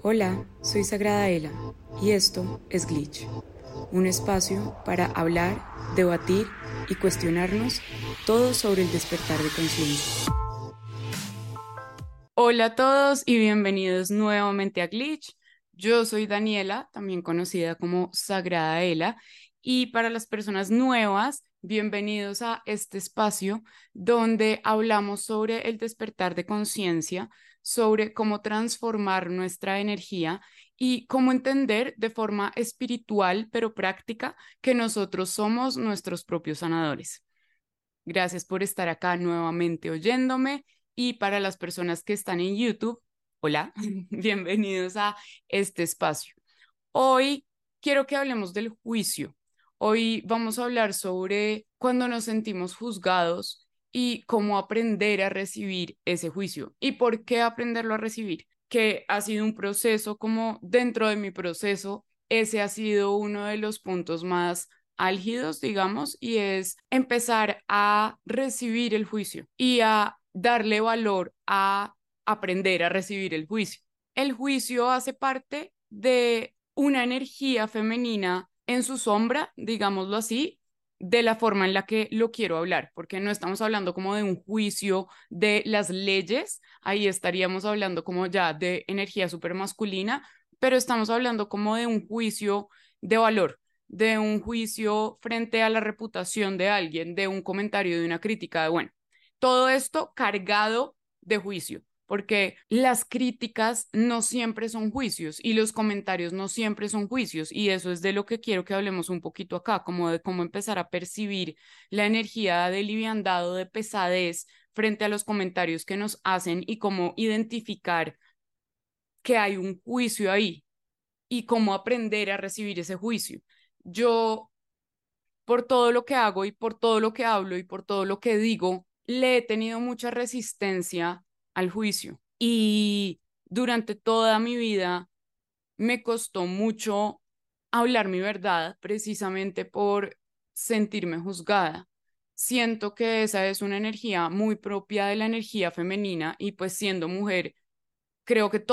Hola, soy Sagrada Ela y esto es Glitch, un espacio para hablar, debatir y cuestionarnos todo sobre el despertar de conciencia. Hola a todos y bienvenidos nuevamente a Glitch. Yo soy Daniela, también conocida como Sagrada Ela, y para las personas nuevas, bienvenidos a este espacio donde hablamos sobre el despertar de conciencia, sobre cómo transformar nuestra energía y cómo entender de forma espiritual pero práctica que nosotros somos nuestros propios sanadores. Gracias por estar acá nuevamente oyéndome y para las personas que están en YouTube, hola, bienvenidos a este espacio. Hoy quiero que hablemos del juicio. Hoy vamos a hablar sobre cuando nos sentimos juzgados y cómo aprender a recibir ese juicio y por qué aprenderlo a recibir, que ha sido un proceso como dentro de mi proceso, ese ha sido uno de los puntos más álgidos, digamos, y es empezar a recibir el juicio y a darle valor a aprender a recibir el juicio. El juicio hace parte de una energía femenina en su sombra, digámoslo así, de la forma en la que lo quiero hablar, porque no estamos hablando como de un juicio de las leyes, ahí estaríamos hablando como ya de energía súper masculina, pero estamos hablando como de un juicio de valor, de un juicio frente a la reputación de alguien, de un comentario, de una crítica, de bueno, todo esto cargado de juicio porque las críticas no siempre son juicios y los comentarios no siempre son juicios y eso es de lo que quiero que hablemos un poquito acá, como de cómo empezar a percibir la energía de liviandad o de pesadez frente a los comentarios que nos hacen y cómo identificar que hay un juicio ahí y cómo aprender a recibir ese juicio. Yo, por todo lo que hago y por todo lo que hablo y por todo lo que digo, le he tenido mucha resistencia al juicio. Y durante toda mi vida me costó mucho hablar mi verdad precisamente por sentirme juzgada. Siento que esa es una energía muy propia de la energía femenina y pues siendo mujer, creo que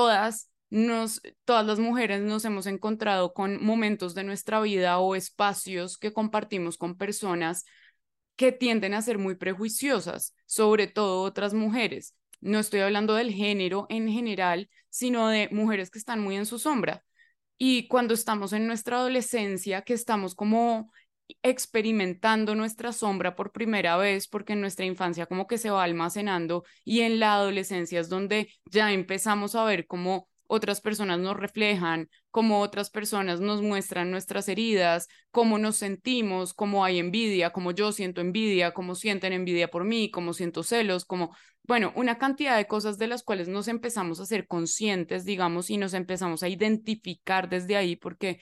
todas las mujeres nos hemos encontrado con momentos de nuestra vida o espacios que compartimos con personas que tienden a ser muy prejuiciosas, sobre todo otras mujeres. No estoy hablando del género en general, sino de mujeres que están muy en su sombra. Y cuando estamos en nuestra adolescencia, que estamos como experimentando nuestra sombra por primera vez, porque en nuestra infancia como que se va almacenando y en la adolescencia es donde ya empezamos a ver cómo otras personas nos reflejan, cómo otras personas nos muestran nuestras heridas, cómo nos sentimos, cómo hay envidia, cómo yo siento envidia, cómo sienten envidia por mí, cómo siento celos, como, bueno, una cantidad de cosas de las cuales nos empezamos a ser conscientes, digamos, y nos empezamos a identificar desde ahí, porque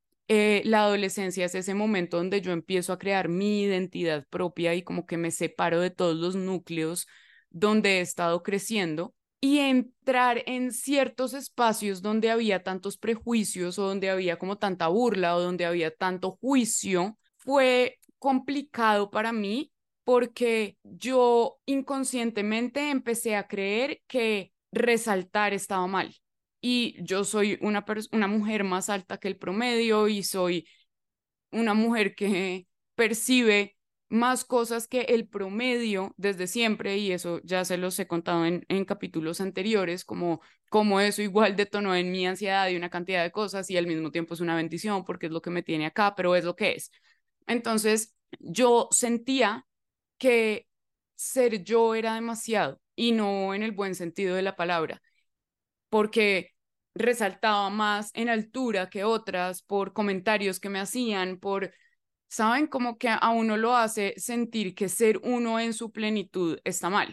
la adolescencia es ese momento donde yo empiezo a crear mi identidad propia y como que me separo de todos los núcleos donde he estado creciendo y entrar en ciertos espacios donde había tantos prejuicios o donde había como tanta burla o donde había tanto juicio fue complicado para mí porque yo inconscientemente empecé a creer que resaltar estaba mal y yo soy una mujer más alta que el promedio y soy una mujer que percibe más cosas que el promedio desde siempre y eso ya se los he contado en capítulos anteriores, como eso igual detonó en mi ansiedad y una cantidad de cosas y al mismo tiempo es una bendición porque es lo que me tiene acá, pero es lo que es. Entonces yo sentía que ser yo era demasiado y no en el buen sentido de la palabra porque resaltaba más en altura que otras, por comentarios que me hacían, ¿saben? Como que a uno lo hace sentir que ser uno en su plenitud está mal.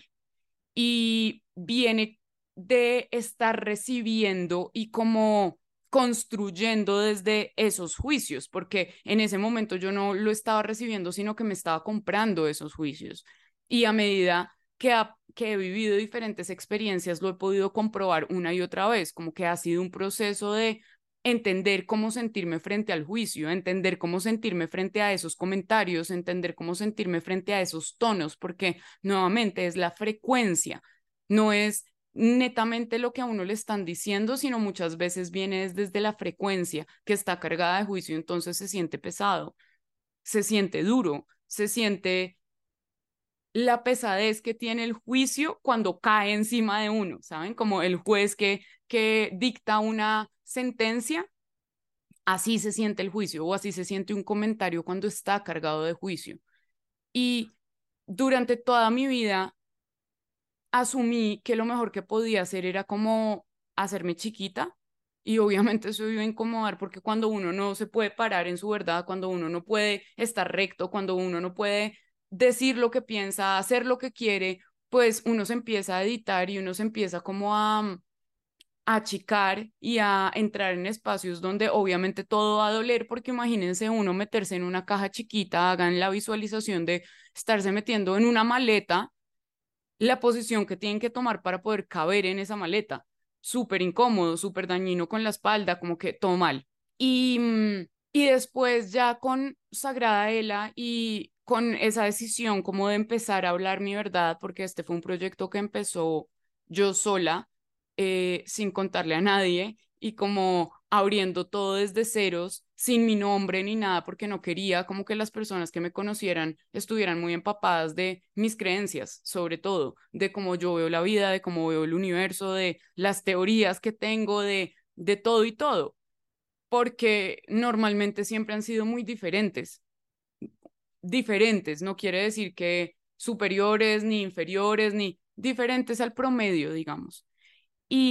Y viene de estar recibiendo y como construyendo desde esos juicios, porque en ese momento yo no lo estaba recibiendo, sino que me estaba comprando esos juicios. Y a medida que he vivido diferentes experiencias, lo he podido comprobar una y otra vez, como que ha sido un proceso de entender cómo sentirme frente al juicio, entender cómo sentirme frente a esos comentarios, entender cómo sentirme frente a esos tonos, porque nuevamente es la frecuencia, no es netamente lo que a uno le están diciendo, sino muchas veces viene desde la frecuencia que está cargada de juicio, entonces se siente pesado, se siente duro, se siente la pesadez que tiene el juicio cuando cae encima de uno, ¿saben? Como el juez que dicta una sentencia, así se siente el juicio o así se siente un comentario cuando está cargado de juicio. Y durante toda mi vida asumí que lo mejor que podía hacer era como hacerme chiquita y obviamente eso iba a incomodar porque cuando uno no se puede parar en su verdad, cuando uno no puede estar recto, cuando uno no puede decir lo que piensa, hacer lo que quiere, pues uno se empieza a editar y uno se empieza como a achicar y a entrar en espacios donde obviamente todo va a doler porque imagínense uno meterse en una caja chiquita, hagan la visualización de estarse metiendo en una maleta, la posición que tienen que tomar para poder caber en esa maleta. Súper incómodo, súper dañino con la espalda, como que todo mal. Y después ya con Sagrada Ela y con esa decisión como de empezar a hablar mi verdad, porque este fue un proyecto que empezó yo sola, sin contarle a nadie y como abriendo todo desde ceros, sin mi nombre ni nada, porque no quería como que las personas que me conocieran estuvieran muy empapadas de mis creencias, sobre todo, de cómo yo veo la vida, de cómo veo el universo, de las teorías que tengo, de todo y todo, porque normalmente siempre han sido muy diferentes. Diferentes, no quiere decir que superiores, ni inferiores, ni diferentes al promedio, digamos. Y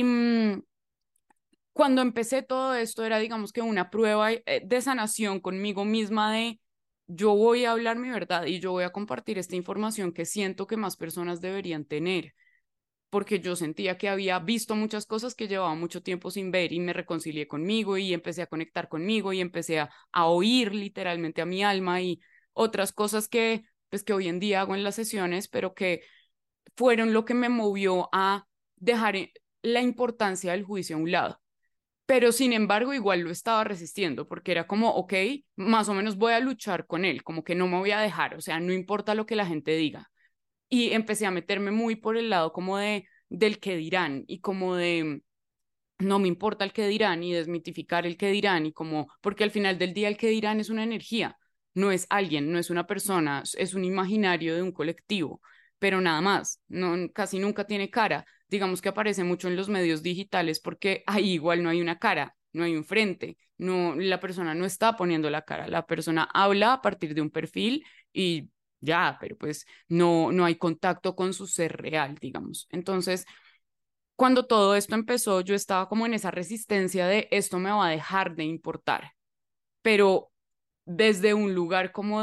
cuando empecé todo esto era, digamos que una prueba de sanación conmigo misma de yo voy a hablar mi verdad y yo voy a compartir esta información que siento que más personas deberían tener, porque yo sentía que había visto muchas cosas que llevaba mucho tiempo sin ver y me reconcilié conmigo y empecé a conectar conmigo y empecé a oír literalmente a mi alma y otras cosas que pues que hoy en día hago en las sesiones, pero que fueron lo que me movió a dejar la importancia del juicio a un lado, pero sin embargo igual lo estaba resistiendo porque era como, ok, más o menos voy a luchar con él, como que no me voy a dejar, o sea, no importa lo que la gente diga. Y empecé a meterme muy por el lado como del que dirán y como de no me importa el que dirán y desmitificar el que dirán y como, porque al final del día el que dirán es una energía, no es alguien, no es una persona, es un imaginario de un colectivo, pero nada más, no, casi nunca tiene cara, digamos que aparece mucho en los medios digitales porque ahí igual no hay una cara, no hay un frente, no, la persona no está poniendo la cara, la persona habla a partir de un perfil y ya, pero pues no hay contacto con su ser real, digamos. Entonces, cuando todo esto empezó, yo estaba como en esa resistencia de esto me va a dejar de importar, pero desde un lugar como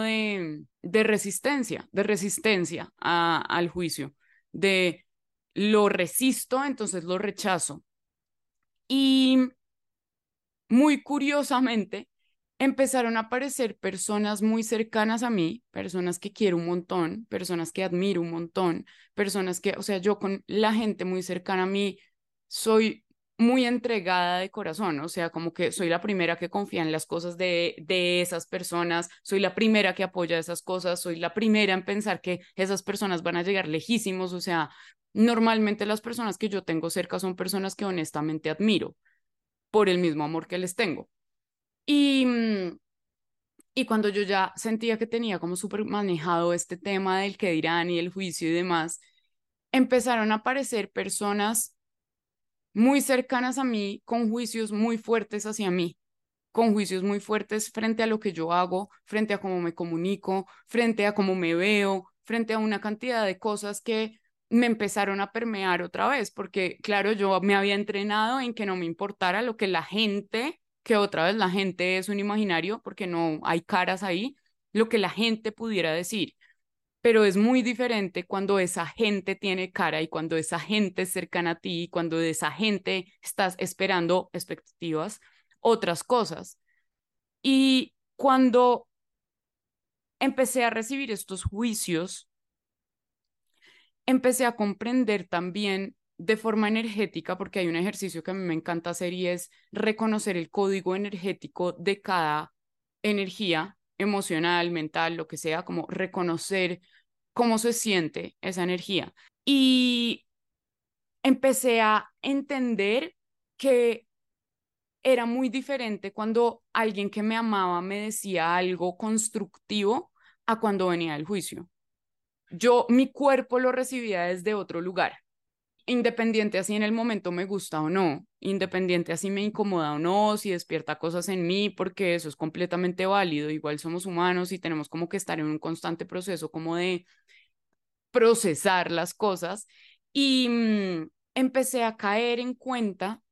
de resistencia al juicio, de lo resisto, entonces lo rechazo. Y muy curiosamente, empezaron a aparecer personas muy cercanas a mí, personas que quiero un montón, personas que admiro un montón, personas que, o sea, yo con la gente muy cercana a mí soy muy entregada de corazón, o sea, como que soy la primera que confía en las cosas de esas personas, soy la primera que apoya esas cosas, soy la primera en pensar que esas personas van a llegar lejísimos, o sea, normalmente las personas que yo tengo cerca son personas que honestamente admiro por el mismo amor que les tengo. Y, y cuando yo ya sentía que tenía como súper manejado este tema del que dirán y el juicio y demás, empezaron a aparecer personas muy cercanas a mí con juicios muy fuertes hacia mí, con juicios muy fuertes frente a lo que yo hago, frente a cómo me comunico, frente a cómo me veo, frente a una cantidad de cosas que me empezaron a permear otra vez, porque claro, yo me había entrenado en que no me importara lo que la gente, que otra vez la gente es un imaginario porque no hay caras ahí, lo que la gente pudiera decir. Pero es muy diferente cuando esa gente tiene cara y cuando esa gente es cercana a ti y cuando de esa gente estás esperando expectativas, otras cosas. Y cuando empecé a recibir estos juicios, empecé a comprender también de forma energética, porque hay un ejercicio que a mí me encanta hacer y es reconocer el código energético de cada energía emocional, mental, lo que sea, como reconocer cómo se siente esa energía. Y empecé a entender que era muy diferente cuando alguien que me amaba me decía algo constructivo a cuando venía del juicio. Mi cuerpo lo recibía desde otro lugar, independiente así en el momento me gusta o no, independiente así me incomoda o no, si despierta cosas en mí, porque eso es completamente válido, igual somos humanos y tenemos como que estar en un constante proceso como de procesar las cosas y empecé a caer en cuenta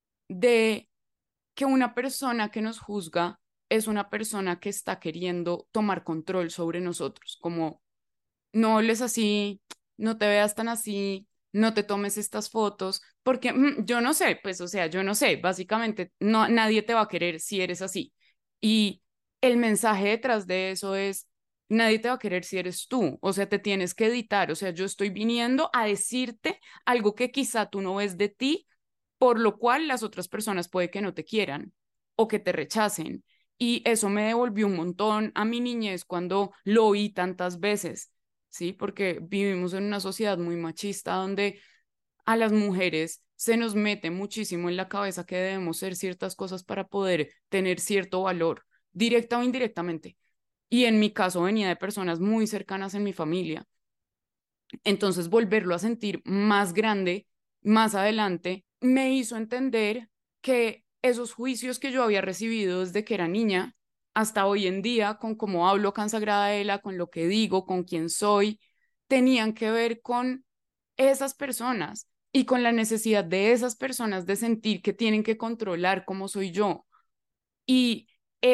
de que una persona que nos juzga es una persona que está queriendo tomar control sobre nosotros, como no hables así, no te veas tan así, no te tomes estas fotos, porque yo no sé, pues o sea, yo no sé, básicamente no, nadie te va a querer si eres así. Y el mensaje detrás de eso es, nadie te va a querer si eres tú, o sea, te tienes que editar, o sea, yo estoy viniendo a decirte algo que quizá tú no ves de ti, por lo cual las otras personas puede que no te quieran o que te rechacen. Y eso me devolvió un montón a mi niñez cuando lo oí tantas veces, ¿sí? Porque vivimos en una sociedad muy machista donde a las mujeres se nos mete muchísimo en la cabeza que debemos ser ciertas cosas para poder tener cierto valor, directa o indirectamente. Y en mi caso venía de personas muy cercanas en mi familia. Entonces volverlo a sentir más grande, más adelante, me hizo entender que esos juicios que yo había recibido desde que era niña hasta hoy en día, con cómo hablo con Sagrada Ela, con lo que digo, con quién soy, tenían que ver con esas personas y con la necesidad de esas personas de sentir que tienen que controlar cómo soy yo. Y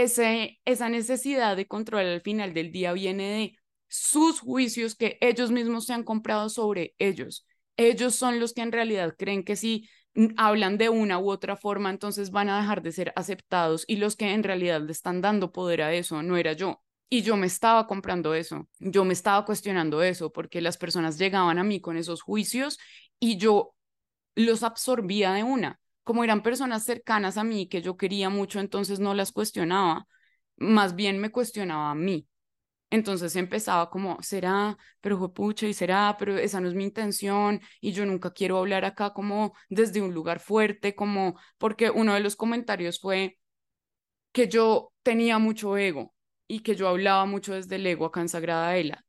esa necesidad de control al final del día viene de sus juicios que ellos mismos se han comprado sobre ellos. Ellos son los que en realidad creen que si hablan de una u otra forma, entonces van a dejar de ser aceptados y los que en realidad le están dando poder a eso no era yo. Y yo me estaba comprando eso, yo me estaba cuestionando eso, porque las personas llegaban a mí con esos juicios y yo los absorbía de una. Como eran personas cercanas a mí que yo quería mucho, entonces no las cuestionaba, más bien me cuestionaba a mí. Entonces empezaba como, será, pero pucha, y será, pero esa no es mi intención, y yo nunca quiero hablar acá como desde un lugar fuerte, como, porque uno de los comentarios fue que yo tenía mucho ego y que yo hablaba mucho desde el ego acá en Sagrada Ela.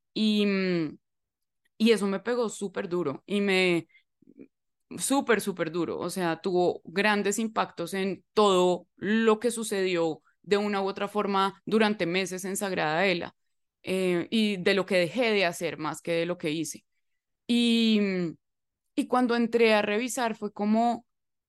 Y eso me pegó súper duro y súper duro. O sea, tuvo grandes impactos en todo lo que sucedió de una u otra forma durante meses en Sagrada Ela y de lo que dejé de hacer más que de lo que hice. Y, y cuando entré a revisar fue como,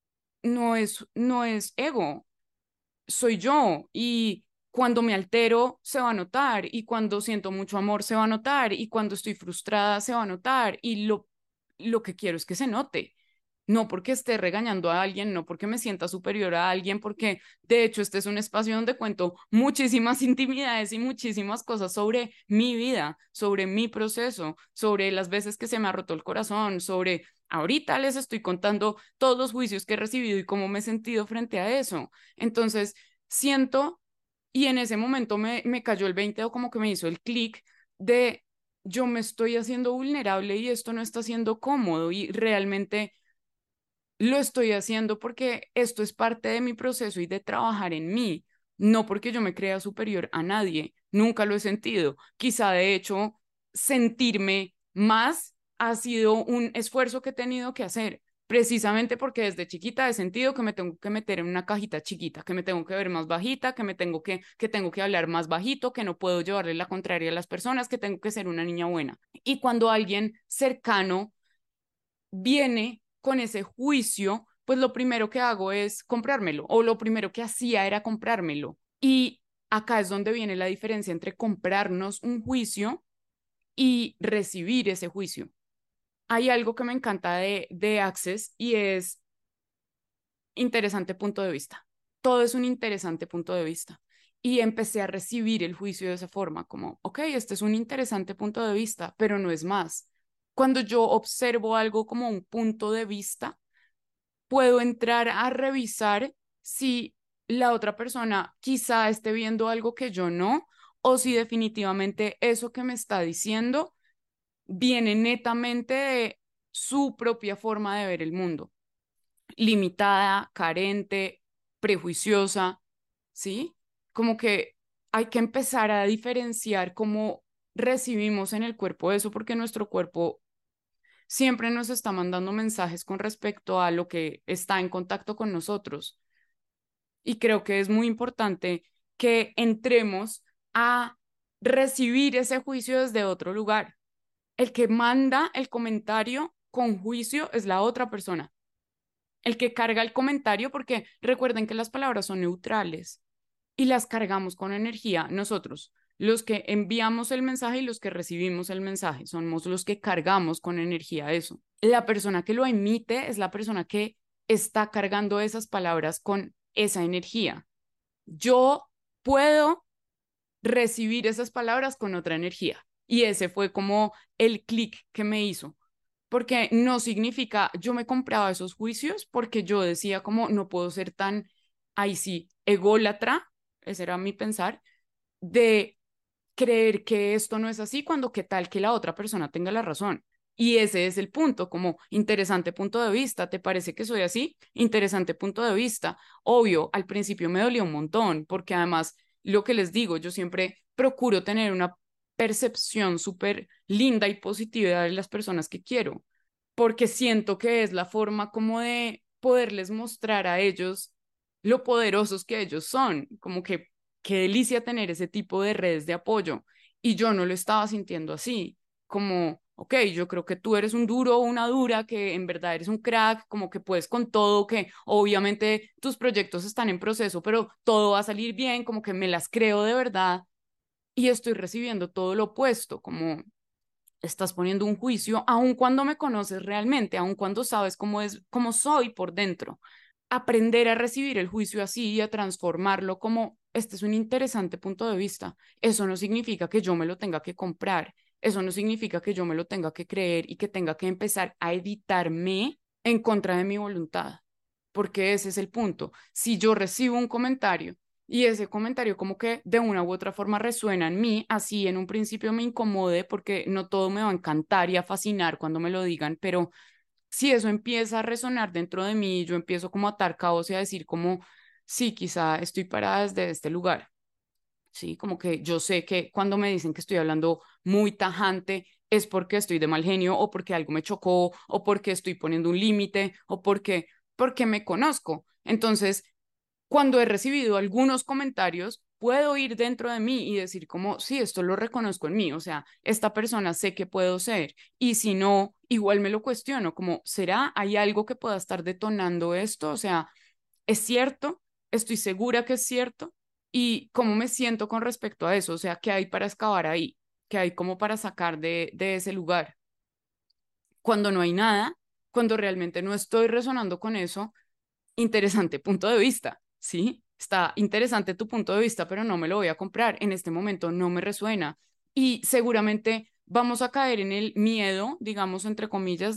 no es ego, soy yo y cuando me altero se va a notar y cuando siento mucho amor se va a notar y cuando estoy frustrada se va a notar y lo que quiero es que se note. No porque esté regañando a alguien, no porque me sienta superior a alguien, porque de hecho este es un espacio donde cuento muchísimas intimidades y muchísimas cosas sobre mi vida, sobre mi proceso, sobre las veces que se me ha roto el corazón, sobre ahorita les estoy contando todos los juicios que he recibido y cómo me he sentido frente a eso. Entonces, siento, y en ese momento me cayó el 20 o como que me hizo el clic de yo me estoy haciendo vulnerable y esto no está siendo cómodo y realmente lo estoy haciendo porque esto es parte de mi proceso y de trabajar en mí, no porque yo me crea superior a nadie, nunca lo he sentido. Quizá de hecho sentirme más ha sido un esfuerzo que he tenido que hacer, precisamente porque desde chiquita he sentido que me tengo que meter en una cajita chiquita, que me tengo que ver más bajita, que tengo que hablar más bajito, que no puedo llevarle la contraria a las personas, que tengo que ser una niña buena. Y cuando alguien cercano viene con ese juicio, pues lo primero que hago es comprármelo, o lo primero que hacía era comprármelo. Y acá es donde viene la diferencia entre comprarnos un juicio y recibir ese juicio. Hay algo que me encanta de Access y es interesante punto de vista. Todo es un interesante punto de vista. Y empecé a recibir el juicio de esa forma, como, ok, este es un interesante punto de vista, pero no es más. Cuando yo observo algo como un punto de vista, puedo entrar a revisar si la otra persona quizá esté viendo algo que yo no, o si definitivamente eso que me está diciendo viene netamente su propia forma de ver el mundo, limitada, carente, prejuiciosa, ¿sí? Como que hay que empezar a diferenciar cómo recibimos en el cuerpo eso, porque nuestro cuerpo siempre nos está mandando mensajes con respecto a lo que está en contacto con nosotros. Y creo que es muy importante que entremos a recibir ese juicio desde otro lugar. El que manda el comentario con juicio es la otra persona. El que carga el comentario, porque recuerden que las palabras son neutrales y las cargamos con energía nosotros. Los que enviamos el mensaje y los que recibimos el mensaje somos los que cargamos con energía eso. La persona que lo emite es la persona que está cargando esas palabras con esa energía. Yo puedo recibir esas palabras con otra energía. Y ese fue como el clic que me hizo. Porque no significa, yo me compraba esos juicios porque yo decía como no puedo ser tan, ahí sí, ególatra, ese era mi pensar, de creer que esto no es así cuando qué tal que la otra persona tenga la razón. Y ese es el punto, como interesante punto de vista. ¿Te parece que soy así? Interesante punto de vista. Obvio, al principio me dolió un montón, porque además, lo que les digo, yo siempre procuro tener una percepción súper linda y positiva de las personas que quiero, porque siento que es la forma como de poderles mostrar a ellos lo poderosos que ellos son, como que qué delicia tener ese tipo de redes de apoyo. Y yo no lo estaba sintiendo así, como, ok, yo creo que tú eres un duro o una dura, que en verdad eres un crack, como que puedes con todo, que obviamente tus proyectos están en proceso, pero todo va a salir bien, como que me las creo de verdad. Y estoy recibiendo todo lo opuesto, como estás poniendo un juicio, aun cuando me conoces realmente, aun cuando sabes cómo es, cómo soy por dentro. Aprender a recibir el juicio así y a transformarlo como, este es un interesante punto de vista. Eso no significa que yo me lo tenga que comprar. Eso no significa que yo me lo tenga que creer y que tenga que empezar a editarme en contra de mi voluntad. Porque ese es el punto. Si yo recibo un comentario y ese comentario como que de una u otra forma resuena en mí, así en un principio me incomode porque no todo me va a encantar y a fascinar cuando me lo digan, pero si eso empieza a resonar dentro de mí, yo empiezo como a atar cabos y a decir como, sí, quizá estoy parada desde este lugar, sí, como que yo sé que cuando me dicen que estoy hablando muy tajante es porque estoy de mal genio o porque algo me chocó o porque estoy poniendo un límite o porque me conozco. Entonces, cuando he recibido algunos comentarios, puedo ir dentro de mí y decir como, sí, esto lo reconozco en mí, o sea, esta persona sé que puedo ser, y si no, igual me lo cuestiono, como, ¿será? ¿Hay algo que pueda estar detonando esto? O sea, ¿es cierto? ¿Estoy segura que es cierto? ¿Y cómo me siento con respecto a eso? O sea, ¿qué hay para excavar ahí? ¿Qué hay como para sacar de ese lugar? Cuando no hay nada, cuando realmente no estoy resonando con eso, interesante punto de vista, ¿sí? Está interesante tu punto de vista, pero no me lo voy a comprar. En este momento no me resuena. Y seguramente vamos a caer en el miedo, digamos, entre comillas,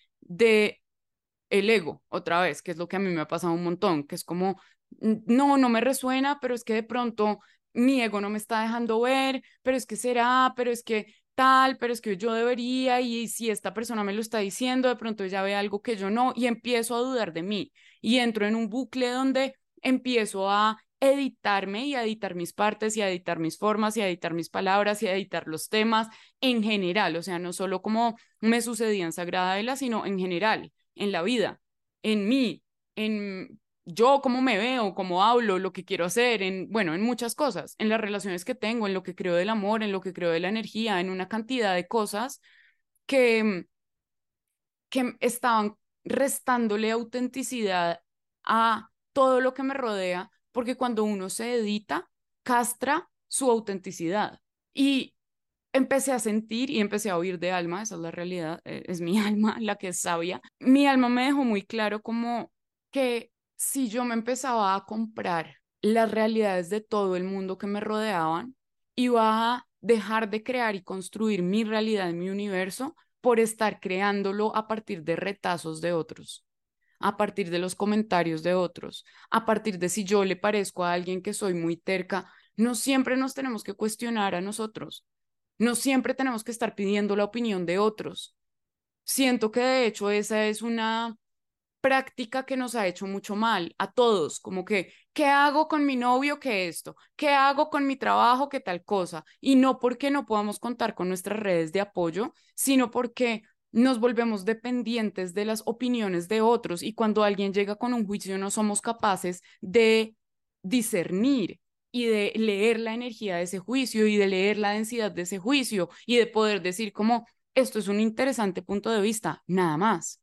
de el ego, otra vez, que es lo que a mí me ha pasado un montón, que es como, no, no me resuena, pero es que de pronto mi ego no me está dejando ver, pero es que será, pero es que tal, pero es que yo debería, y si esta persona me lo está diciendo, de pronto ella ve algo que yo no, y empiezo a dudar de mí, y entro en un bucle donde empiezo a editarme y a editar mis partes y a editar mis formas y a editar mis palabras y a editar los temas en general, o sea, no solo como me sucedía en Sagrada Vela, sino en general en la vida, en mí, en yo cómo me veo, cómo hablo, lo que quiero hacer, en, bueno, en muchas cosas, en las relaciones que tengo, en lo que creo del amor, en lo que creo de la energía, en una cantidad de cosas que, que estaban restándole autenticidad a todo lo que me rodea, porque cuando uno se edita, castra su autenticidad. Y empecé a sentir y empecé a oír de alma, esa es la realidad, es mi alma la que es sabia. Mi alma me dejó muy claro como que si yo me empezaba a comprar las realidades de todo el mundo que me rodeaban, iba a dejar de crear y construir mi realidad, mi universo, por estar creándolo a partir de retazos de otros, a partir de los comentarios de otros, a partir de si yo le parezco a alguien que soy muy terca. No siempre nos tenemos que cuestionar a nosotros, no siempre tenemos que estar pidiendo la opinión de otros. Siento que de hecho esa es una práctica que nos ha hecho mucho mal a todos, como que, ¿qué hago con mi novio que esto? ¿Qué hago con mi trabajo que tal cosa? Y no porque no podamos contar con nuestras redes de apoyo, sino porque nos volvemos dependientes de las opiniones de otros y cuando alguien llega con un juicio no somos capaces de discernir y de leer la energía de ese juicio y de leer la densidad de ese juicio y de poder decir como esto es un interesante punto de vista, nada más.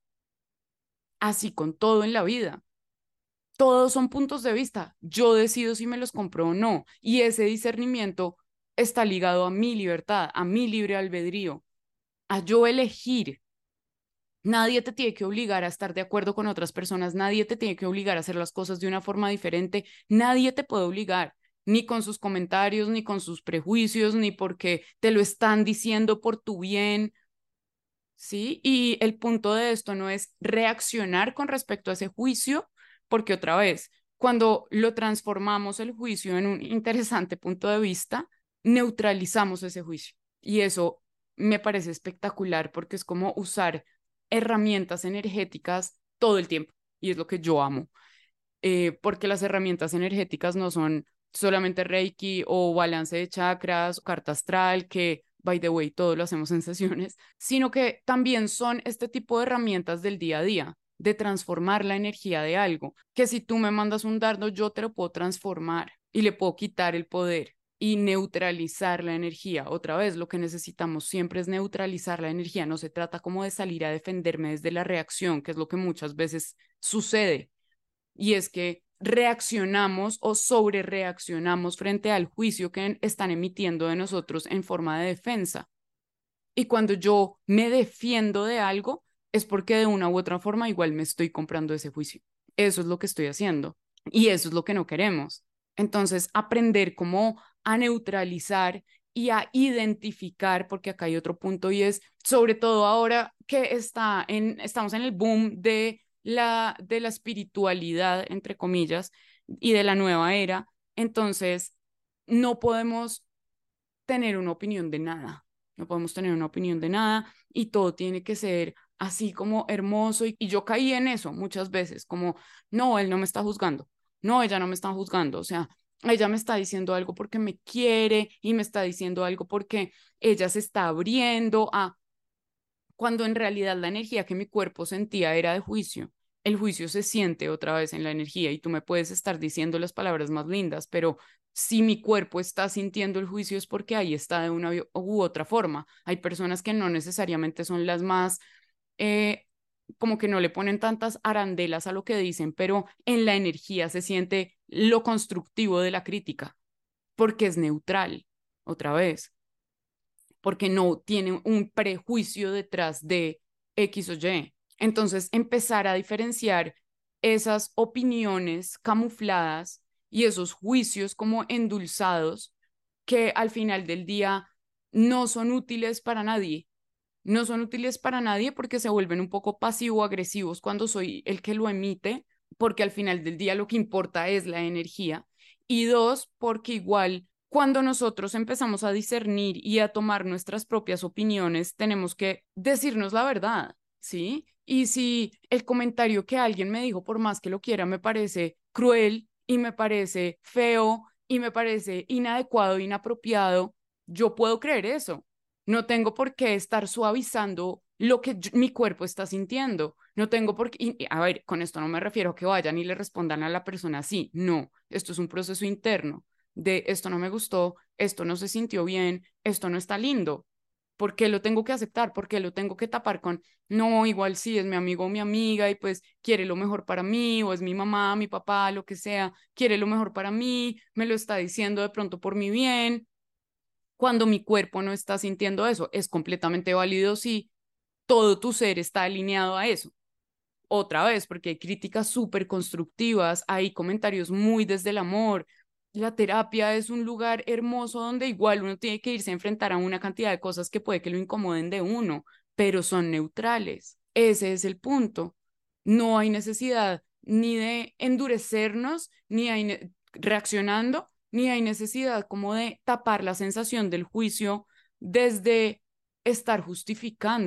Así con todo en la vida. Todos son puntos de vista. Yo decido si me los compro o no. Y ese discernimiento está ligado a mi libertad, a mi libre albedrío, a yo elegir. Nadie te tiene que obligar a estar de acuerdo con otras personas, nadie te tiene que obligar a hacer las cosas de una forma diferente, nadie te puede obligar, ni con sus comentarios, ni con sus prejuicios, ni porque te lo están diciendo por tu bien. ¿Sí? Y el punto de esto no es reaccionar con respecto a ese juicio, porque otra vez, cuando lo transformamos el juicio en un interesante punto de vista, neutralizamos ese juicio. Y eso me parece espectacular porque es como usar herramientas energéticas todo el tiempo. Y es lo que yo amo, porque las herramientas energéticas no son solamente Reiki o balance de chakras o carta astral, que, by the way, todo lo hacemos en sesiones, sino que también son este tipo de herramientas del día a día, de transformar la energía de algo, que si tú me mandas un dardo, yo te lo puedo transformar y le puedo quitar el poder y neutralizar la energía. Otra vez, lo que necesitamos siempre es neutralizar la energía. No se trata como de salir a defenderme desde la reacción, que es lo que muchas veces sucede, y es que reaccionamos o sobre reaccionamos frente al juicio que están emitiendo de nosotros en forma de defensa. Y cuando yo me defiendo de algo, es porque de una u otra forma igual me estoy comprando ese juicio. Eso es lo que estoy haciendo y eso es lo que no queremos. Entonces, aprender cómo a neutralizar y a identificar, porque acá hay otro punto y es, sobre todo ahora que estamos en el boom de la espiritualidad, entre comillas, y de la nueva era, entonces no podemos tener una opinión de nada. No podemos tener una opinión de nada y todo tiene que ser así como hermoso. Y yo caí en eso muchas veces, como, no, él no me está juzgando, no, ella no me está juzgando, o sea, ella me está diciendo algo porque me quiere y me está diciendo algo porque ella se está abriendo a, cuando en realidad la energía que mi cuerpo sentía era de juicio. El juicio se siente otra vez en la energía y tú me puedes estar diciendo las palabras más lindas, pero si mi cuerpo está sintiendo el juicio es porque ahí está de una u otra forma. Hay personas que no necesariamente son las más, eh, como que no le ponen tantas arandelas a lo que dicen, pero en la energía se siente lo constructivo de la crítica, porque es neutral, otra vez, porque no tiene un prejuicio detrás de X o Y. Entonces, empezar a diferenciar esas opiniones camufladas y esos juicios como endulzados que al final del día no son útiles para nadie. No son útiles para nadie porque se vuelven un poco pasivo-agresivos cuando soy el que lo emite, porque al final del día lo que importa es la energía. Y dos, porque igual cuando nosotros empezamos a discernir y a tomar nuestras propias opiniones, tenemos que decirnos la verdad, ¿sí? Y si el comentario que alguien me dijo, por más que lo quiera, me parece cruel y me parece feo y me parece inadecuado, inapropiado, yo puedo creer eso. No tengo por qué estar suavizando lo que mi cuerpo está sintiendo. No tengo por qué, a ver, con esto no me refiero a que vayan y le respondan a la persona así. No, esto es un proceso interno de esto no me gustó, esto no se sintió bien, esto no está lindo. ¿Por qué lo tengo que aceptar? ¿Por qué lo tengo que tapar con, no, igual sí, es mi amigo o mi amiga y pues quiere lo mejor para mí, o es mi mamá, mi papá, lo que sea, quiere lo mejor para mí, me lo está diciendo de pronto por mi bien, cuando mi cuerpo no está sintiendo eso? Es completamente válido si todo tu ser está alineado a eso. Otra vez, porque hay críticas súper constructivas, hay comentarios muy desde el amor. La terapia es un lugar hermoso donde igual uno tiene que irse a enfrentar a una cantidad de cosas que puede que lo incomoden de uno, pero son neutrales. Ese es el punto. No hay necesidad ni de endurecernos, ni hay reaccionando, ni hay necesidad como de tapar la sensación del juicio desde estar justificando.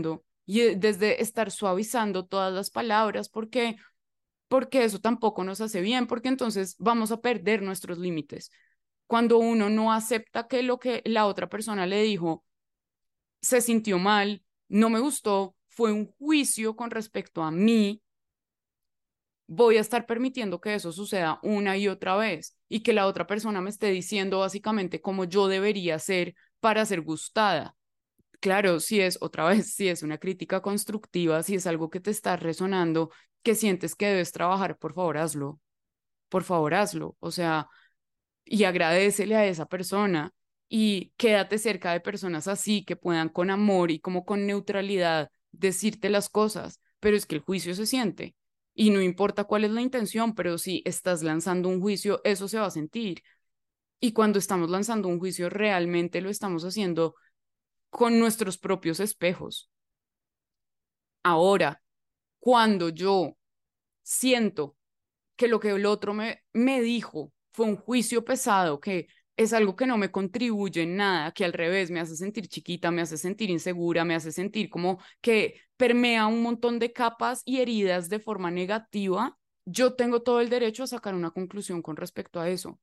y desde estar suavizando todas las palabras, porque eso tampoco nos hace bien, porque entonces vamos a perder nuestros límites. Cuando uno no acepta que lo que la otra persona le dijo se sintió mal, no me gustó, fue un juicio con respecto a mí, voy a estar permitiendo que eso suceda una y otra vez y que la otra persona me esté diciendo básicamente cómo yo debería ser para ser gustada. Claro, si es otra vez, si es una crítica constructiva, si es algo que te está resonando, que sientes que debes trabajar, por favor, hazlo. Por favor, hazlo. O sea, y agradécele a esa persona y quédate cerca de personas así que puedan con amor y como con neutralidad decirte las cosas, pero es que el juicio se siente y no importa cuál es la intención, pero si estás lanzando un juicio, eso se va a sentir. Y cuando estamos lanzando un juicio, realmente lo estamos haciendo con nuestros propios espejos. Ahora, cuando yo siento que lo que el otro me dijo fue un juicio pesado, que es algo que no me contribuye en nada, que al revés me hace sentir chiquita, me hace sentir insegura, me hace sentir como que permea un montón de capas y heridas de forma negativa, yo tengo todo el derecho a sacar una conclusión con respecto a eso.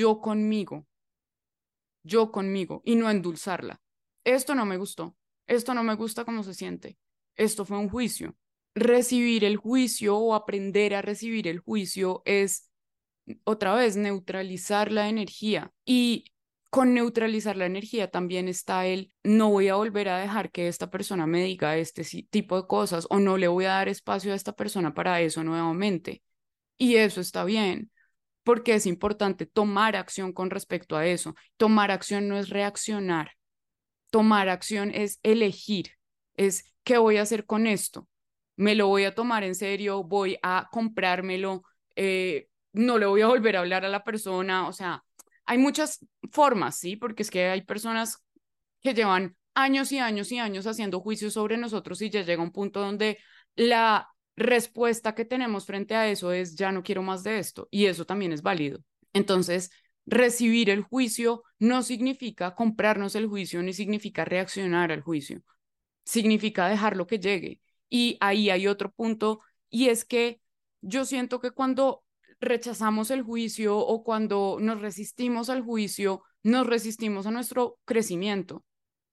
Yo conmigo, y no endulzarla. Esto no me gustó, esto no me gusta cómo se siente, esto fue un juicio. Recibir el juicio o aprender a recibir el juicio es otra vez neutralizar la energía y con neutralizar la energía también está el no voy a volver a dejar que esta persona me diga este tipo de cosas o no le voy a dar espacio a esta persona para eso nuevamente. Y eso está bien, porque es importante tomar acción con respecto a eso. Tomar acción no es reaccionar. Tomar acción es elegir, es qué voy a hacer con esto. Me lo voy a tomar en serio, voy a comprármelo, no le voy a volver a hablar a la persona. O sea, hay muchas formas, ¿sí? Porque es que hay personas que llevan años y años y años haciendo juicios sobre nosotros y ya llega un punto donde la respuesta que tenemos frente a eso es ya no quiero más de esto y eso también es válido. Entonces, recibir el juicio no significa comprarnos el juicio ni significa reaccionar al juicio, significa dejarlo que llegue. Y ahí hay otro punto y es que yo siento que cuando rechazamos el juicio o cuando nos resistimos al juicio, nos resistimos a nuestro crecimiento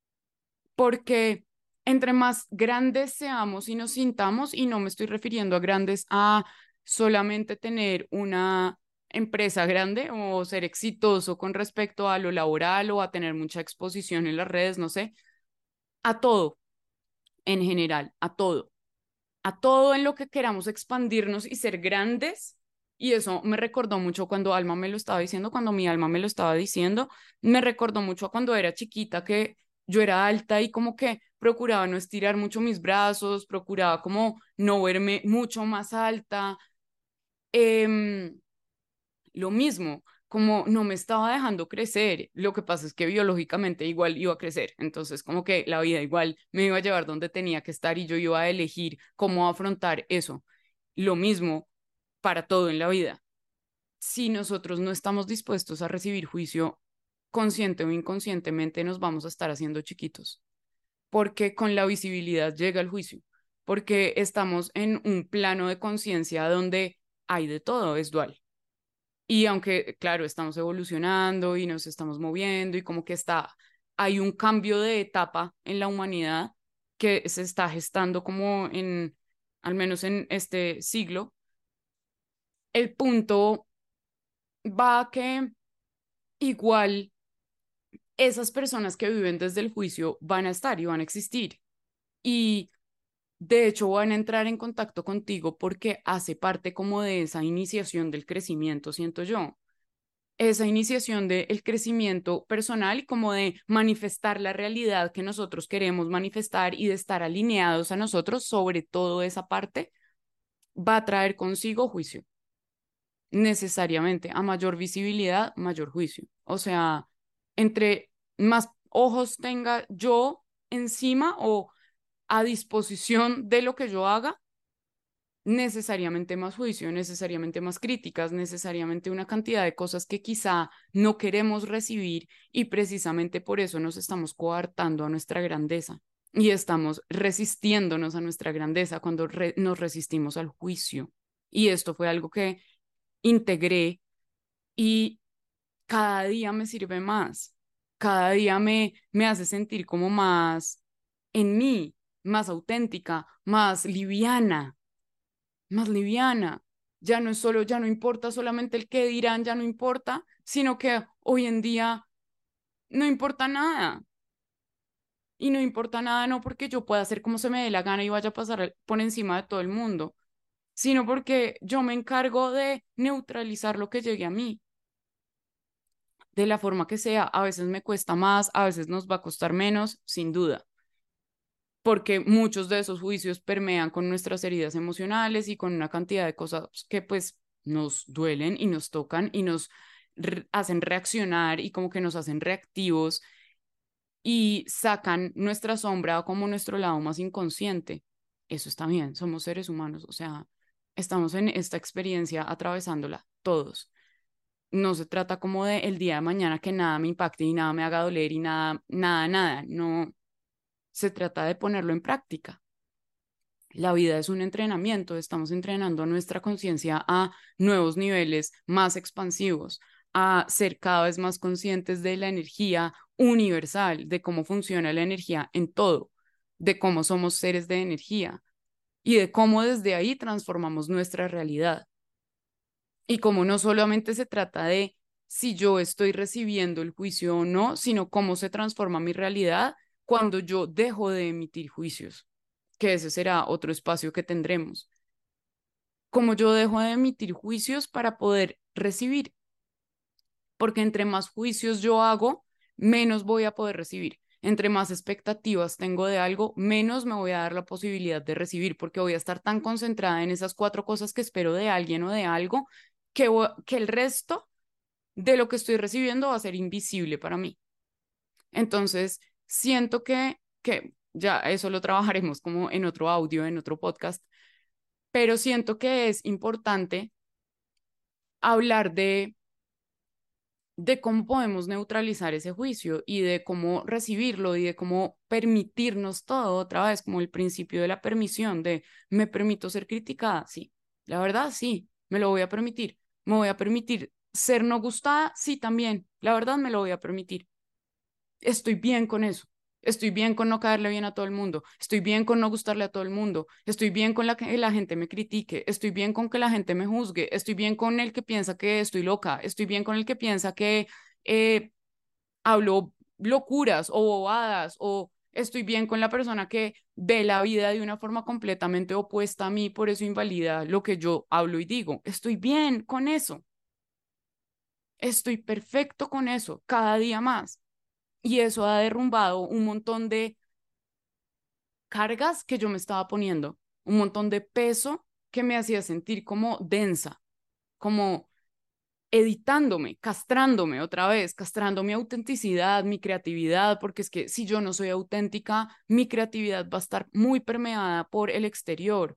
porque entre más grandes seamos y nos sintamos, y no me estoy refiriendo a grandes a solamente tener una empresa grande o ser exitoso con respecto a lo laboral o a tener mucha exposición en las redes, no sé, a todo en general, a todo en lo que queramos expandirnos y ser grandes. Y eso me recordó mucho cuando Alma me lo estaba diciendo, cuando mi alma me lo estaba diciendo, me recordó mucho a cuando era chiquita, que yo era alta y como que procuraba no estirar mucho mis brazos, procuraba como no verme mucho más alta. Em, lo mismo, como no me estaba dejando crecer, lo que pasa es que biológicamente igual iba a crecer, entonces como que la vida igual me iba a llevar donde tenía que estar y yo iba a elegir cómo afrontar eso. Lo mismo para todo en la vida. Si nosotros no estamos dispuestos a recibir juicio consciente o inconscientemente, nos vamos a estar haciendo chiquitos, porque con la visibilidad llega el juicio, porque estamos en un plano de conciencia donde hay de todo, es dual. Y aunque, claro, estamos evolucionando y nos estamos moviendo y como que hay un cambio de etapa en la humanidad que se está gestando como al menos en este siglo, el punto va a que igual esas personas que viven desde el juicio van a estar y van a existir. Y de hecho van a entrar en contacto contigo porque hace parte como de esa iniciación del crecimiento, siento yo. Esa iniciación del crecimiento personal y como de manifestar la realidad que nosotros queremos manifestar y de estar alineados a nosotros, sobre todo esa parte, va a traer consigo juicio, necesariamente. A mayor visibilidad, mayor juicio. O sea, entre más ojos tenga yo encima o a disposición de lo que yo haga, necesariamente más juicio, necesariamente más críticas, necesariamente una cantidad de cosas que quizá no queremos recibir y precisamente por eso nos estamos coartando a nuestra grandeza. y estamos resistiéndonos a nuestra grandeza cuando nos resistimos al juicio. Y esto fue algo que integré y cada día me sirve más, cada día me hace sentir como más en mí, más auténtica, más liviana. Ya no es solo, ya no importa solamente el qué dirán, ya no importa, sino que hoy en día no importa nada. Y no importa nada, no porque yo pueda hacer como se me dé la gana y vaya a pasar por encima de todo el mundo, sino porque yo me encargo de neutralizar lo que llegue a mí, de la forma que sea. A veces me cuesta más, a veces nos va a costar menos, sin duda, porque muchos de esos juicios permean con nuestras heridas emocionales y con una cantidad de cosas que pues nos duelen y nos tocan y nos hacen reaccionar y como que nos hacen reactivos y sacan nuestra sombra como nuestro lado más inconsciente. Eso está bien, somos seres humanos, o sea, estamos en esta experiencia atravesándola todos. No se trata como de el día de mañana que nada me impacte y nada me haga doler y nada, nada, nada. No, se trata de ponerlo en práctica. La vida es un entrenamiento, estamos entrenando nuestra conciencia a nuevos niveles más expansivos, a ser cada vez más conscientes de la energía universal, de cómo funciona la energía en todo, de cómo somos seres de energía y de cómo desde ahí transformamos nuestra realidad. Y cómo no solamente se trata de si yo estoy recibiendo el juicio o no, sino cómo se transforma mi realidad cuando yo dejo de emitir juicios, que ese será otro espacio que tendremos. Como yo dejo de emitir juicios para poder recibir, porque entre más juicios yo hago, menos voy a poder recibir. Entre más expectativas tengo de algo, menos me voy a dar la posibilidad de recibir, porque voy a estar tan concentrada en esas cuatro cosas que espero de alguien o de algo, que el resto de lo que estoy recibiendo va a ser invisible para mí. Entonces, siento que ya eso lo trabajaremos como en otro audio, en otro podcast, pero siento que es importante hablar de cómo podemos neutralizar ese juicio y de cómo recibirlo y de cómo permitirnos todo otra vez, como el principio de la permisión, de me permito ser criticada, sí, la verdad sí, me lo voy a permitir, me voy a permitir ser no gustada, sí, también, la verdad me lo voy a permitir. Estoy bien con eso. Estoy bien con no caerle bien a todo el mundo. Estoy bien con no gustarle a todo el mundo. Estoy bien con que la gente me critique. Estoy bien con que la gente me juzgue. Estoy bien con el que piensa que estoy loca. Estoy bien con el que piensa que eh, hablo locuras o bobadas. O estoy bien con la persona que ve la vida de una forma completamente opuesta a mí. Por eso invalida lo que yo hablo y digo. Estoy bien con eso. Estoy perfecto con eso. Cada día más. Y eso ha derrumbado un montón de cargas que yo me estaba poniendo, un montón de peso que me hacía sentir como densa, como editándome, castrándome otra vez, castrando mi autenticidad, mi creatividad, porque es que si yo no soy auténtica, mi creatividad va a estar muy permeada por el exterior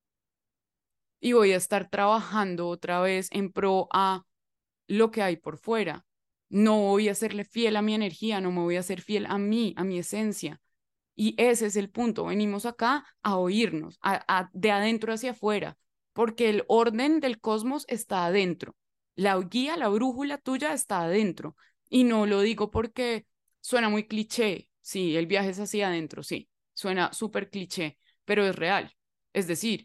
y voy a estar trabajando otra vez en pro a lo que hay por fuera. No voy a serle fiel a mi energía, no me voy a ser fiel a mí, a mi esencia. Y ese es el punto. Venimos acá a oírnos, de adentro hacia afuera, porque el orden del cosmos está adentro. La guía, la brújula tuya está adentro. Y no lo digo porque suena muy cliché. Sí, el viaje es hacia adentro, sí. Suena súper cliché, pero es real. Es decir,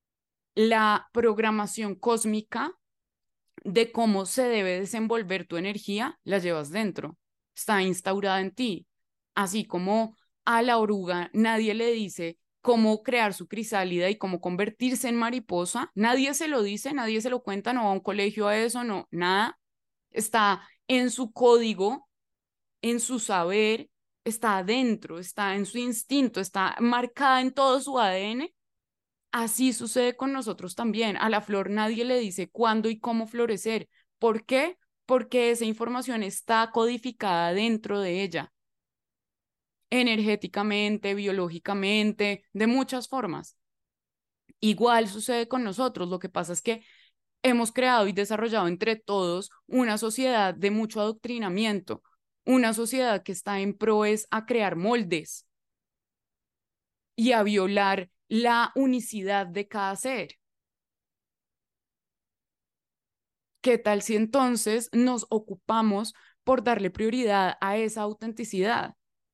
la programación cósmica de cómo se debe desenvolver tu energía, la llevas dentro, está instaurada en ti, así como a la oruga nadie le dice cómo crear su crisálida y cómo convertirse en mariposa, nadie se lo dice, nadie se lo cuenta, no va a un colegio a eso, no, nada, está en su código, en su saber, está adentro, está en su instinto, está marcada en todo su ADN. Así sucede con nosotros también. A la flor nadie le dice cuándo y cómo florecer. ¿Por qué? Porque esa información está codificada dentro de ella, energéticamente, biológicamente, de muchas formas. Igual sucede con nosotros. Lo que pasa es que hemos creado y desarrollado entre todos una sociedad de mucho adoctrinamiento, una sociedad que está en pro es a crear moldes, y a violar la unicidad de cada ser. ¿Qué tal si entonces nos ocupamos por darle prioridad a esa autenticidad,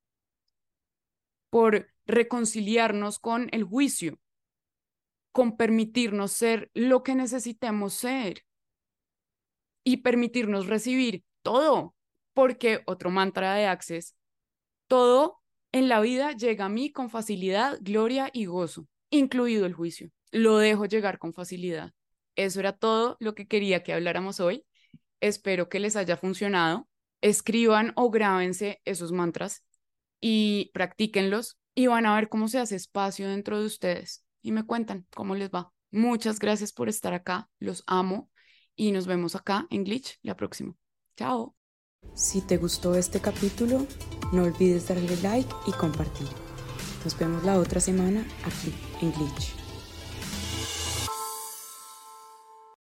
por reconciliarnos con el juicio, con permitirnos ser lo que necesitemos ser y permitirnos recibir todo? Porque otro mantra de Access: todo en la vida llega a mí con facilidad, gloria y gozo, incluido el juicio. Lo dejo llegar con facilidad. Eso era todo lo que quería que habláramos hoy. Espero que les haya funcionado. Escriban o grábense esos mantras y practíquenlos y van a ver cómo se hace espacio dentro de ustedes y me cuentan cómo les va. Muchas gracias por estar acá. Los amo y nos vemos acá en Glitch la próxima. Chao. Si te gustó este capítulo, no olvides darle like y compartir. Nos vemos la otra semana aquí en Glitch.